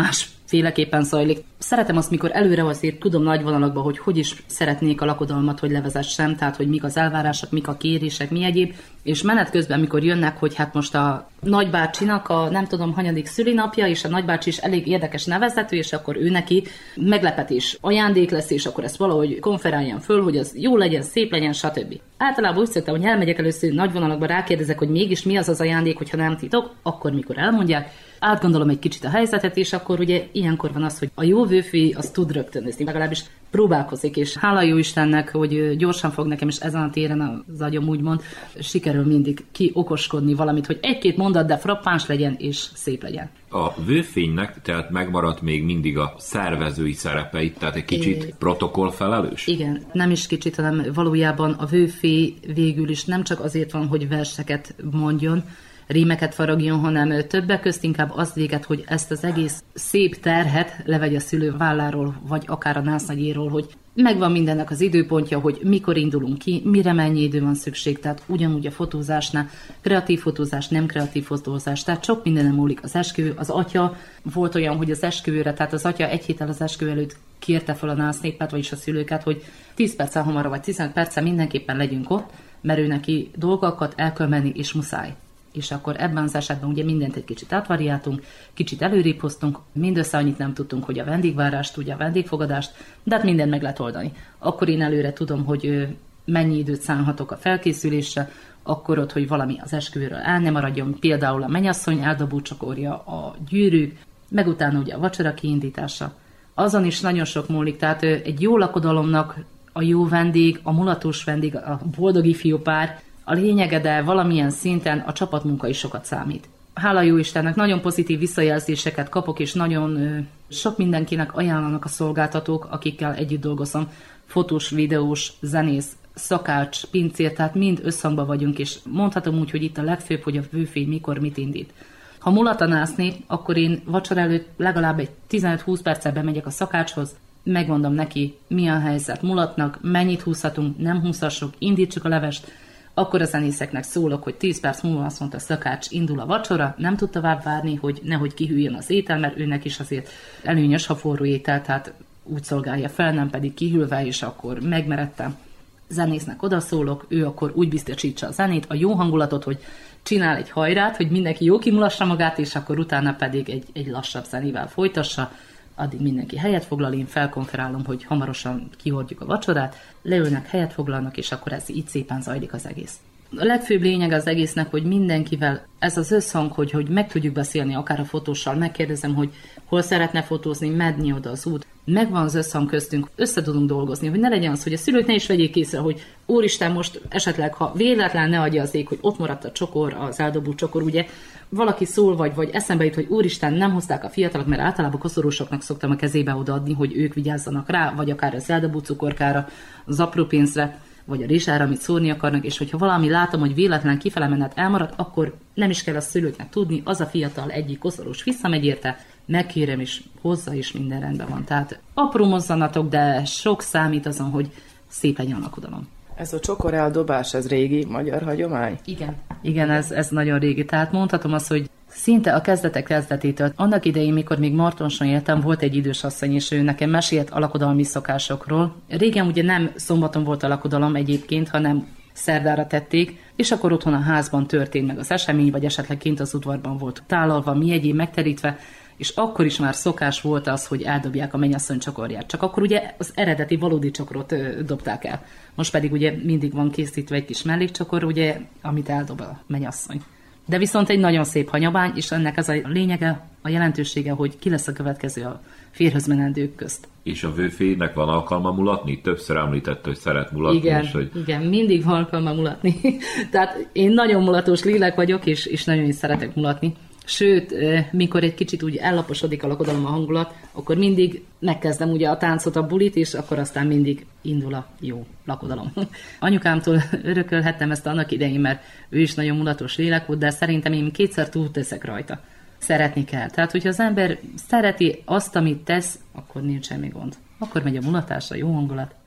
féleképpen zajlik. Szeretem azt, mikor előre azért tudom nagy vonalakban, hogy is szeretnék a lakodalmat, hogy levezessem, tehát hogy mik az elvárások, mik a kérések, mi egyéb, és menet közben, mikor jönnek, hogy hát most a nagybácsinak a nem tudom hanyadik szülinapja, és a nagybácsi is elég érdekes nevezető, és akkor ő neki meglepetés ajándék lesz, és akkor ezt valahogy konferáljan föl, hogy az jó legyen, szép legyen, stb. Általában úgy szoktam, hogy elmegyek először nagy vonalakban, rákérdezek, hogy mégis mi az az ajándék, hogyha nem titok, akkor mikor elmondják, átgondolom egy kicsit a helyzetet, és akkor ugye ilyenkor van az, hogy a jó vőfi az tud rögtönözni, legalábbis próbálkozik, és hála jó Istennek, hogy gyorsan fog nekem is ezen a téren az agyom úgymond, sikerül mindig kiokoskodni valamit, hogy egy-két mondat, de frappáns legyen és szép legyen. A vőfénynek tehát megmaradt még mindig a szervezői szerepeit, tehát egy kicsit protokollfelelős? Igen, nem is kicsit, hanem valójában a vőfé végül is nem csak azért van, hogy verseket mondjon, rímeket faragjon, hanem többek közt inkább azt véget, hogy ezt az egész szép terhet levegye a szülő válláról, vagy akár a násznagyéről, hogy megvan mindennek az időpontja, hogy mikor indulunk ki, mire mennyi idő van szükség, tehát ugyanúgy a fotózásnál, kreatív fotózás, nem kreatív fotózás, tehát sok mindenem múlik. Az esküvő, az atya volt olyan, hogy az esküvőre, tehát az atya egy héttel az esküvő előtt kérte fel a násznépet, vagyis a szülőket, hogy 10 perccel hamarabb, vagy 15 perccel mindenképpen legyünk ott, mert ő neki dolgokat el kell menni, és muszáj. És akkor ebben az esetben ugye mindent egy kicsit átvariáltunk, kicsit előrébb hoztunk, mindössze annyit nem tudtunk, hogy a vendégvárást, ugye a vendégfogadást, de hát mindent meg lehet oldani. Akkor én előre tudom, hogy mennyi időt szánhatok a felkészülésre, akkor ott, hogy valami az esküvőről el ne maradjon, például a mennyasszony eldobó csokorja, a gyűrűk, meg utána ugye a vacsora kiindítása. Azon is nagyon sok múlik, tehát egy jó lakodalomnak a jó vendég, a mulatos vendég, a boldog ifjú pár, a lényege, de valamilyen szinten a csapatmunka is sokat számít. Hála jó Istennek, nagyon pozitív visszajelzéseket kapok, és nagyon sok mindenkinek ajánlanak a szolgáltatók, akikkel együtt dolgozom. Fotós, videós, zenész, szakács, pincér, tehát mind összhangban vagyunk, és mondhatom úgy, hogy itt a legfőbb, hogy a vőfény mikor mit indít. Ha mulat a násznép, akkor én vacsora előtt legalább egy 15-20 perccel bemegyek a szakácshoz, megmondom neki, mi a helyzet mulatnak, mennyit húzhatunk, nem húzhassuk, indítsuk a levest. Akkor a zenészeknek szólok, hogy 10 perc múlva azt mondta a szakács, indul a vacsora, nem tud tovább várni, hogy nehogy kihűljön az étel, mert őnek is azért előnyös, ha forró étel, tehát úgy szolgálja fel, nem pedig kihűlve, és akkor megmeredtem. Zenésznek odaszólok, ő akkor úgy biztosítsa a zenét, a jó hangulatot, hogy csinál egy hajrát, hogy mindenki jó kimulassa magát, és akkor utána pedig egy lassabb zenével folytassa. Addig mindenki helyet foglal, én felkonferálom, hogy hamarosan kihordjuk a vacsorát, leülnek, helyet foglalnak, és akkor ez így szépen zajlik az egész. A legfőbb lényeg az egésznek, hogy mindenkivel ez az összhang, hogy meg tudjuk beszélni, akár a fotóssal, megkérdezem, hogy hol szeretne fotózni, medni oda az út. Megvan az összhang köztünk, össze tudunk dolgozni, hogy ne legyen az, hogy a szülők ne is vegyék észre, hogy úristen, most esetleg, ha véletlen ne adja az ég, hogy ott maradt a csokor, az eldobó csokor, ugye, valaki szól, vagy eszembe jut, hogy úristen, nem hozták a fiatalok, mert általában koszorúsoknak szoktam a kezébe odaadni, hogy ők vigyázzanak rá, vagy akár az eldobó cukorkára, az apró pénzre, vagy a rizsára, amit szórni akarnak, és hogyha valami látom, hogy véletlen kifele menet elmarad, akkor nem is kell a szülőknek tudni, az a fiatal egyik koszorús visszamegy érte, megkérem is, hozza is, minden rendben van. Tehát apró mozzanatok, de sok számít azon, hogy szép legyen a lakodalom. Ez a csokoreldobás, ez régi magyar hagyomány? Igen, ez nagyon régi. Tehát mondhatom azt, hogy szinte a kezdetétől. Annak idején, mikor még Martonson éltem, volt egy idős asszony, és ő nekem mesélt a lakodalmi szokásokról. Régen ugye nem szombaton volt a lakodalom egyébként, hanem szerdára tették, és akkor otthon a házban történt meg az esemény, vagy esetleg kint az udvarban volt tálalva, mi egyéb megterítve, és akkor is már szokás volt az, hogy eldobják a mennyasszony csokorját. Csak akkor ugye az eredeti, valódi csokrot dobták el. Most pedig ugye mindig van készítve egy kis mellékcsokor, ugye, amit eldob a mennyasszony. De viszont egy nagyon szép hagyomány, és ennek ez a lényege, a jelentősége, hogy ki lesz a következő a férjhöz menendők közt. És a vőfének van alkalma mulatni? Többször említette, hogy szeret mulatni. Igen, és hogy... igen, mindig van alkalma mulatni. Tehát én nagyon mulatós lélek vagyok, és nagyon is szeretek mulatni. Sőt, mikor egy kicsit úgy ellaposodik a lakodalom, a hangulat, akkor mindig megkezdem ugye a táncot, a bulit, és akkor aztán mindig indul a jó lakodalom. Anyukámtól örökölhettem ezt annak idején, mert ő is nagyon mulatos lélek volt, de szerintem én kétszer túl teszek rajta. Szeretni kell. Tehát, hogyha az ember szereti azt, amit tesz, akkor nincs semmi gond. Akkor megy a mulatás, a jó hangulat.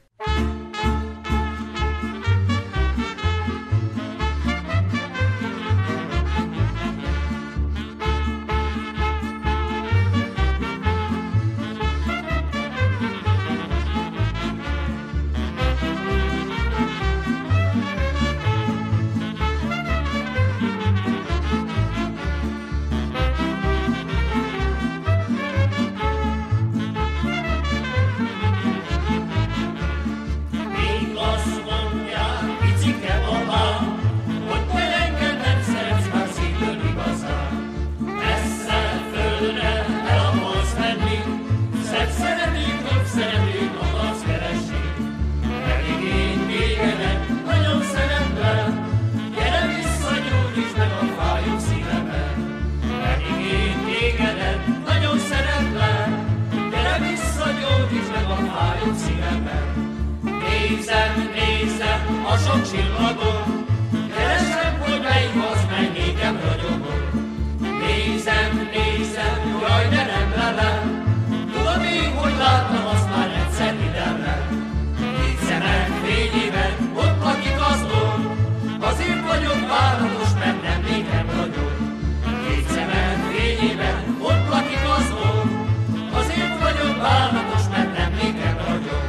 Nézem a sok csillagot, keresem, hogy melyik az, mely nékem ragyogol. Nézem, jaj, de nem lelem, tudod én, hogy láttam azt már egyszer idemben. Két szemem fényében ott lakik az orr, azért vagyok bánatos, mert nem nékem ragyog. Két szemem fényében ott lakik az orr, azért vagyok bánatos, mert nem nékem ragyog.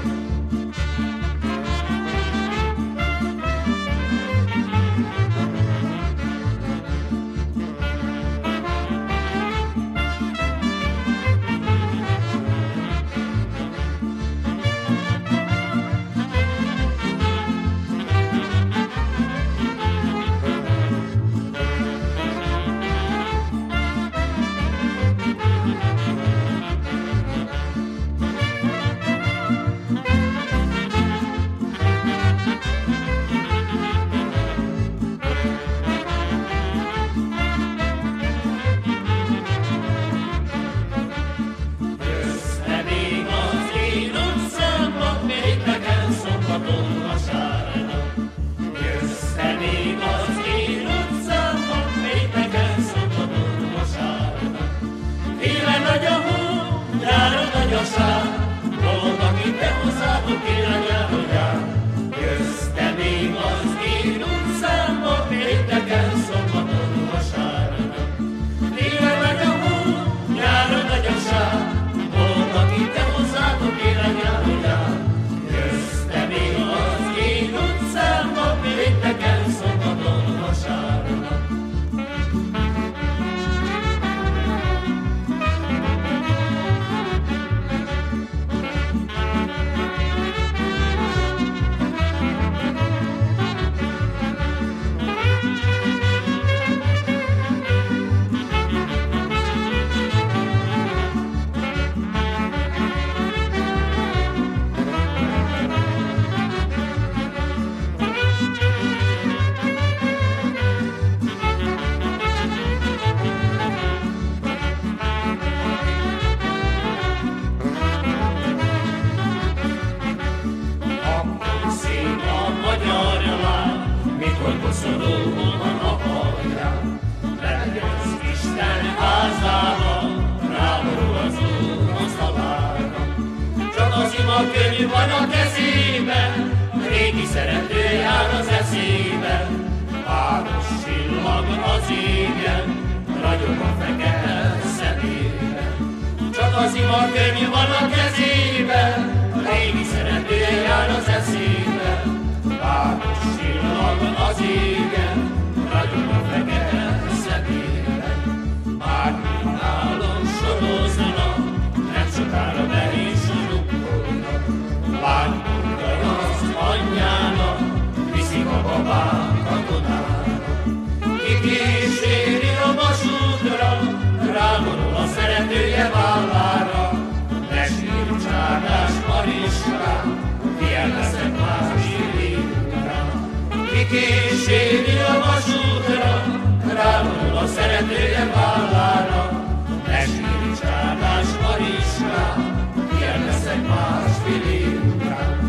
Kíséri a vasútra, rávonul a szeretője vállára, ne sírj csárdás Mariskám, ilyen leszek másfél év után.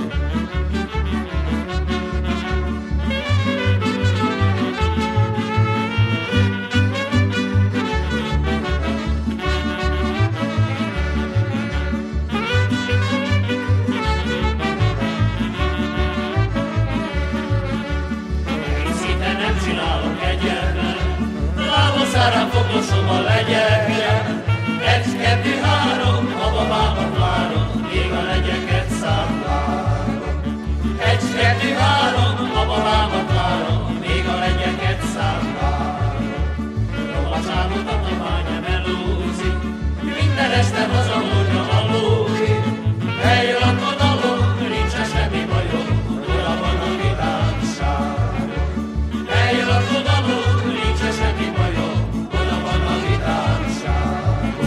Lábaszára foglosom a legyeket, 1, 2, 3, a babámat várom, még a legyeket számlárom. 1, 2, 3, a babámat várom, még a legyeket számlárom. Lovacságot a tamánya melózik, minden este hazamúlja a lózik. Eljön a kodalom, nincsen semmi bajom, ura van a világságon. Eljön a kodalom, nincsen semmi bajom, ura van a világságon.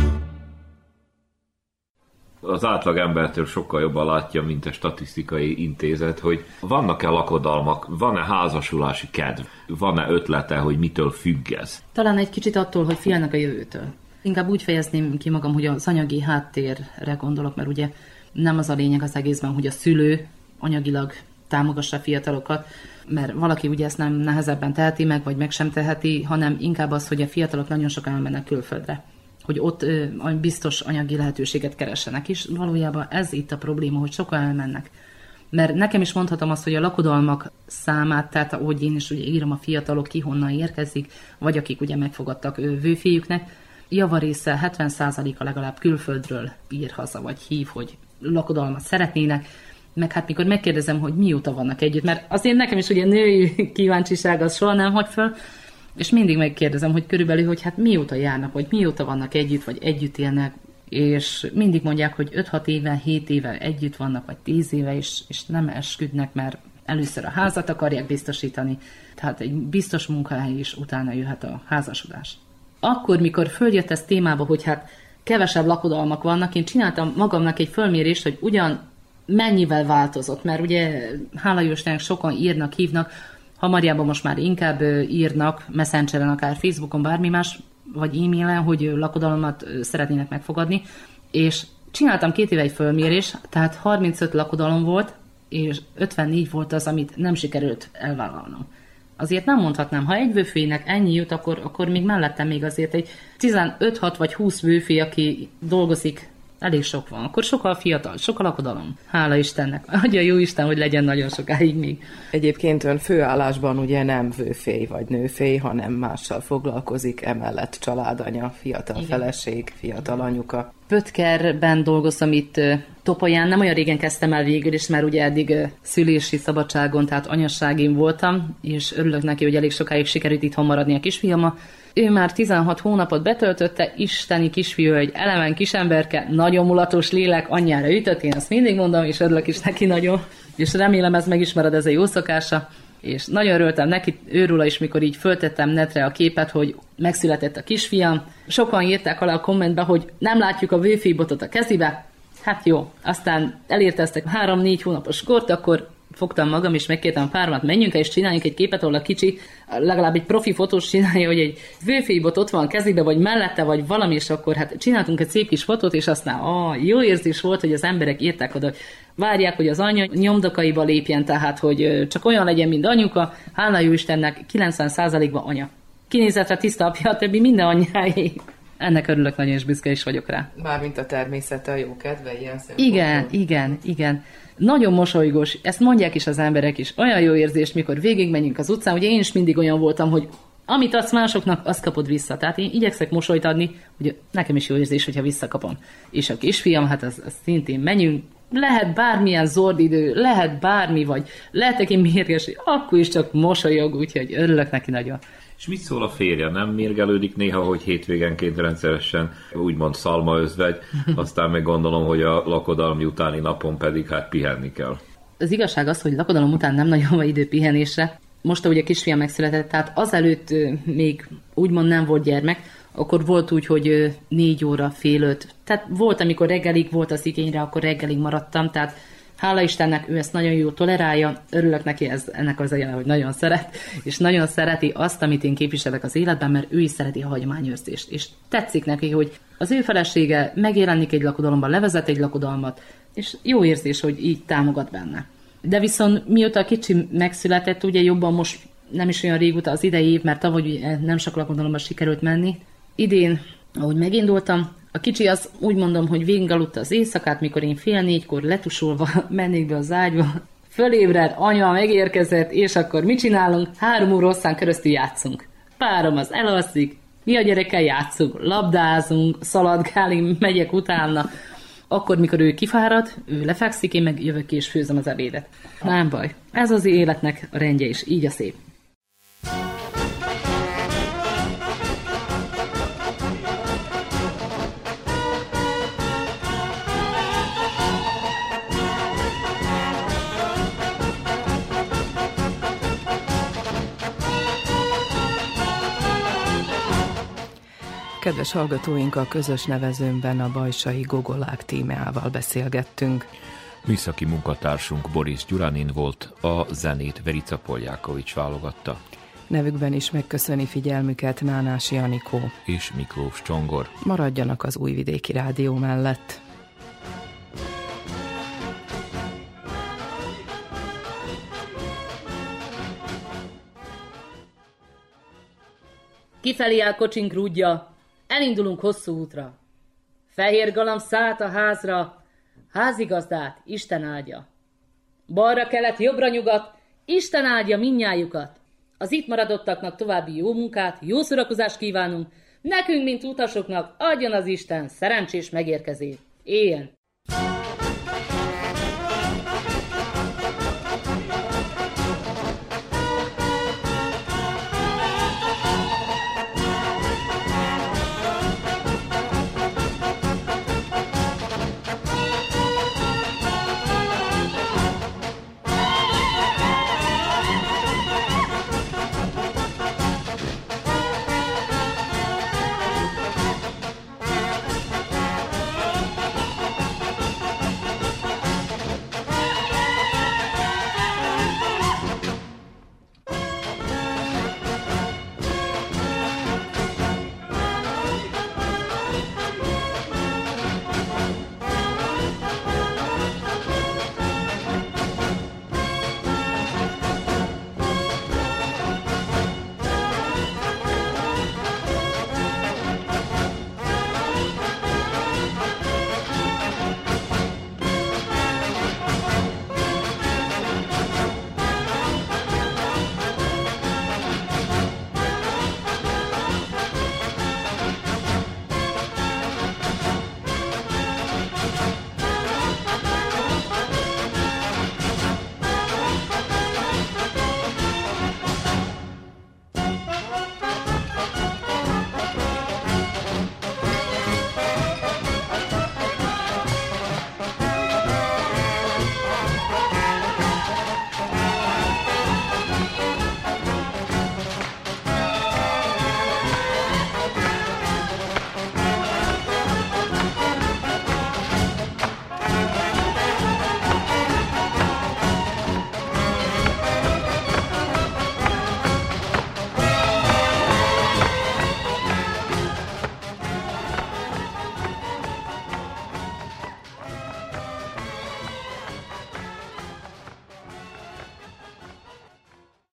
Az átlag embertől sokkal jobban látja, mint a statisztikai intézet, hogy vannak-e lakodalmak, van-e házasulási kedv, van-e ötlete, hogy mitől függ ez? Talán egy kicsit attól, hogy félnek a jövőtől. Inkább úgy fejezném ki magam, hogy az anyagi háttérre gondolok, mert ugye nem az a lényeg az egészben, hogy a szülő anyagilag támogassa a fiatalokat, mert valaki ugye ezt nem nehezebben teheti meg, vagy meg sem teheti, hanem inkább az, hogy a fiatalok nagyon sokan elmennek külföldre, hogy ott biztos anyagi lehetőséget keressenek is. Valójában ez itt a probléma, hogy sokan elmennek. Mert nekem is mondhatom azt, hogy a lakodalmak számát, tehát ahogy én is ugye írom, a fiatalok ki honnan érkezik, vagy akik ugye megfogadtak vőféjüknek, javarésze 70%-a legalább külföldről ír haza, vagy hív, hogy lakodalmat szeretnének, meg hát mikor megkérdezem, hogy mióta vannak együtt, mert azért nekem is ugye női kíváncsiság az soha nem hagy föl, és mindig megkérdezem, hogy körülbelül, hogy hát mióta járnak, vagy mióta vannak együtt, vagy együtt élnek, és mindig mondják, hogy 5-6 éve, 7 éve együtt vannak, vagy 10 éve, és nem esküdnek, mert először a házat akarják biztosítani, tehát egy biztos munkahely is utána jöhet a házasodás. Akkor, mikor följött ez témába, hogy hát kevesebb lakodalmak vannak, én csináltam magamnak egy fölmérést, hogy ugyan mennyivel változott, mert ugye hála Jóistennek sokan írnak, hívnak, Hamariában most már inkább írnak, Messengeren, akár Facebookon, bármi más, vagy e-mailen, hogy lakodalmat szeretnének megfogadni, és csináltam 2 éve egy fölmérés, tehát 35 lakodalom volt, és 54 volt az, amit nem sikerült elvállalnom. Azért nem mondhatnám, ha egy vőfének ennyi jut, akkor még mellettem még azért egy 15-6 vagy 20 vőfé, aki dolgozik, elég sok van. Akkor sokkal fiatal, sokkal lakodalom. Hála Istennek. Adja jó Isten, hogy legyen nagyon sokáig még. Egyébként ön főállásban ugye nem vőfély vagy nőfély, hanem mással foglalkozik, emellett családanya, fiatal igen. Feleség, fiatal anyuka. Pötkerben dolgozom itt Topolyán, nem olyan régen kezdtem el végül is, mert ugye eddig szülési szabadságon, tehát anyasságin voltam, és örülök neki, hogy elég sokáig sikerült itthon maradni a kisfiama. Ő már 16 hónapot betöltötte, isteni kisfiú, egy eleven kisemberke, nagyon mulatos lélek, anyjára ütött, én ezt mindig mondom, és örülök is neki nagyon, és remélem ez megismered, ez a jó szokása, és nagyon örültem neki, őróla is, mikor így föltettem netre a képet, hogy megszületett a kisfiam. Sokan írták alá a kommentbe, hogy nem látjuk a vőfébotot a kezébe. Hát jó, aztán elérteztek 3-4 hónapos kort, akkor fogtam magam, és megkértem a páromat, menjünk el, és csináljunk egy képet, ahol a kicsi, legalább egy profi fotós csinálja, hogy egy vőfélybot ott van a kezébe, vagy mellette, vagy valami, és akkor hát csináltunk egy szép kis fotót, és aztán jó érzés volt, hogy az emberek írták oda, hogy várják, hogy az anya nyomdokaiba lépjen, tehát, hogy csak olyan legyen, mint anyuka, hála jó Istennek 90%-ban anya. Kinézetre tiszta apja, a többi minden anyjáé. Ennek örülök nagyon, és büszke is vagyok rá. Mármint a természete, a jó kedve, ilyen szempontból. Igen. Nagyon mosolygós, ezt mondják is az emberek is. Olyan jó érzés, mikor végigmenjünk az utcán, ugye én is mindig olyan voltam, hogy amit adsz másoknak, azt kapod vissza. Tehát én igyekszek mosolyt adni, hogy nekem is jó érzés, hogyha visszakapom. És a kisfiam, hát az szintén menjünk, lehet bármilyen zord idő, lehet bármi, vagy lehetek én mérges, akkor is csak mosolyog, úgyhogy örülök neki nagyon. És mit szól a férje? Nem mérgelődik néha, hogy hétvégenként rendszeresen úgymond szalmaözvegy, aztán meg gondolom, hogy a lakodalmi utáni napon pedig hát pihenni kell. Az igazság az, hogy lakodalom után nem nagyon van idő pihenésre. Most, ahogy a kisfiam megszületett, tehát azelőtt még úgymond nem volt gyermek, akkor volt úgy, hogy 4 óra, fél 5. Tehát volt, amikor reggelig volt az igényre, akkor reggelig maradtam, tehát hála Istennek, ő ezt nagyon jól tolerálja, örülök neki, ennek az a jelen, hogy nagyon szeret, és nagyon szereti azt, amit én képviselek az életben, mert ő is szereti a hagyományőrzést, és tetszik neki, hogy az ő felesége megjelenik egy lakodalomban, levezet egy lakodalmat, és jó érzés, hogy így támogat benne. De viszont mióta a kicsi megszületett, ugye jobban most nem is olyan régóta az idei év, mert tavaly ugye nem sok lakodalomban sikerült menni. Idén, ahogy megindultam, a kicsi az úgy mondom, hogy végigaludta az éjszakát, mikor én 3:30 letusolva mennék be az ágyba. Fölébred, anya megérkezett, és akkor mit csinálunk? 3 óra hosszán keresztül játszunk. Párom az elalszik, mi a gyerekkel játszunk, labdázunk, szaladgálunk, megyek utána. Akkor, mikor ő kifárad, ő lefekszik, én meg jövök ki és főzöm az ebédet. Nem baj, ez az életnek a rendje is, így a szép. Kedves hallgatóink, a közös nevezőmben a bajsai gogolák témával beszélgettünk. Műszaki munkatársunk Boris Gyuranin volt, a zenét Verica Poljákovics válogatta. Nevükben is megköszöni figyelmüket Nánási Anikó és Miklós Csongor. Maradjanak az Újvidéki Rádió mellett. Kifelé áll kocsink rúdja, elindulunk hosszú útra. Fehér galamb szállt a házra, házigazdát Isten áldja. Balra kelet, jobbra nyugat, Isten áldja mindnyájukat. Az itt maradottaknak további jó munkát, jó szórakozást kívánunk, nekünk, mint utasoknak adjon az Isten szerencsés megérkezést. Éljen!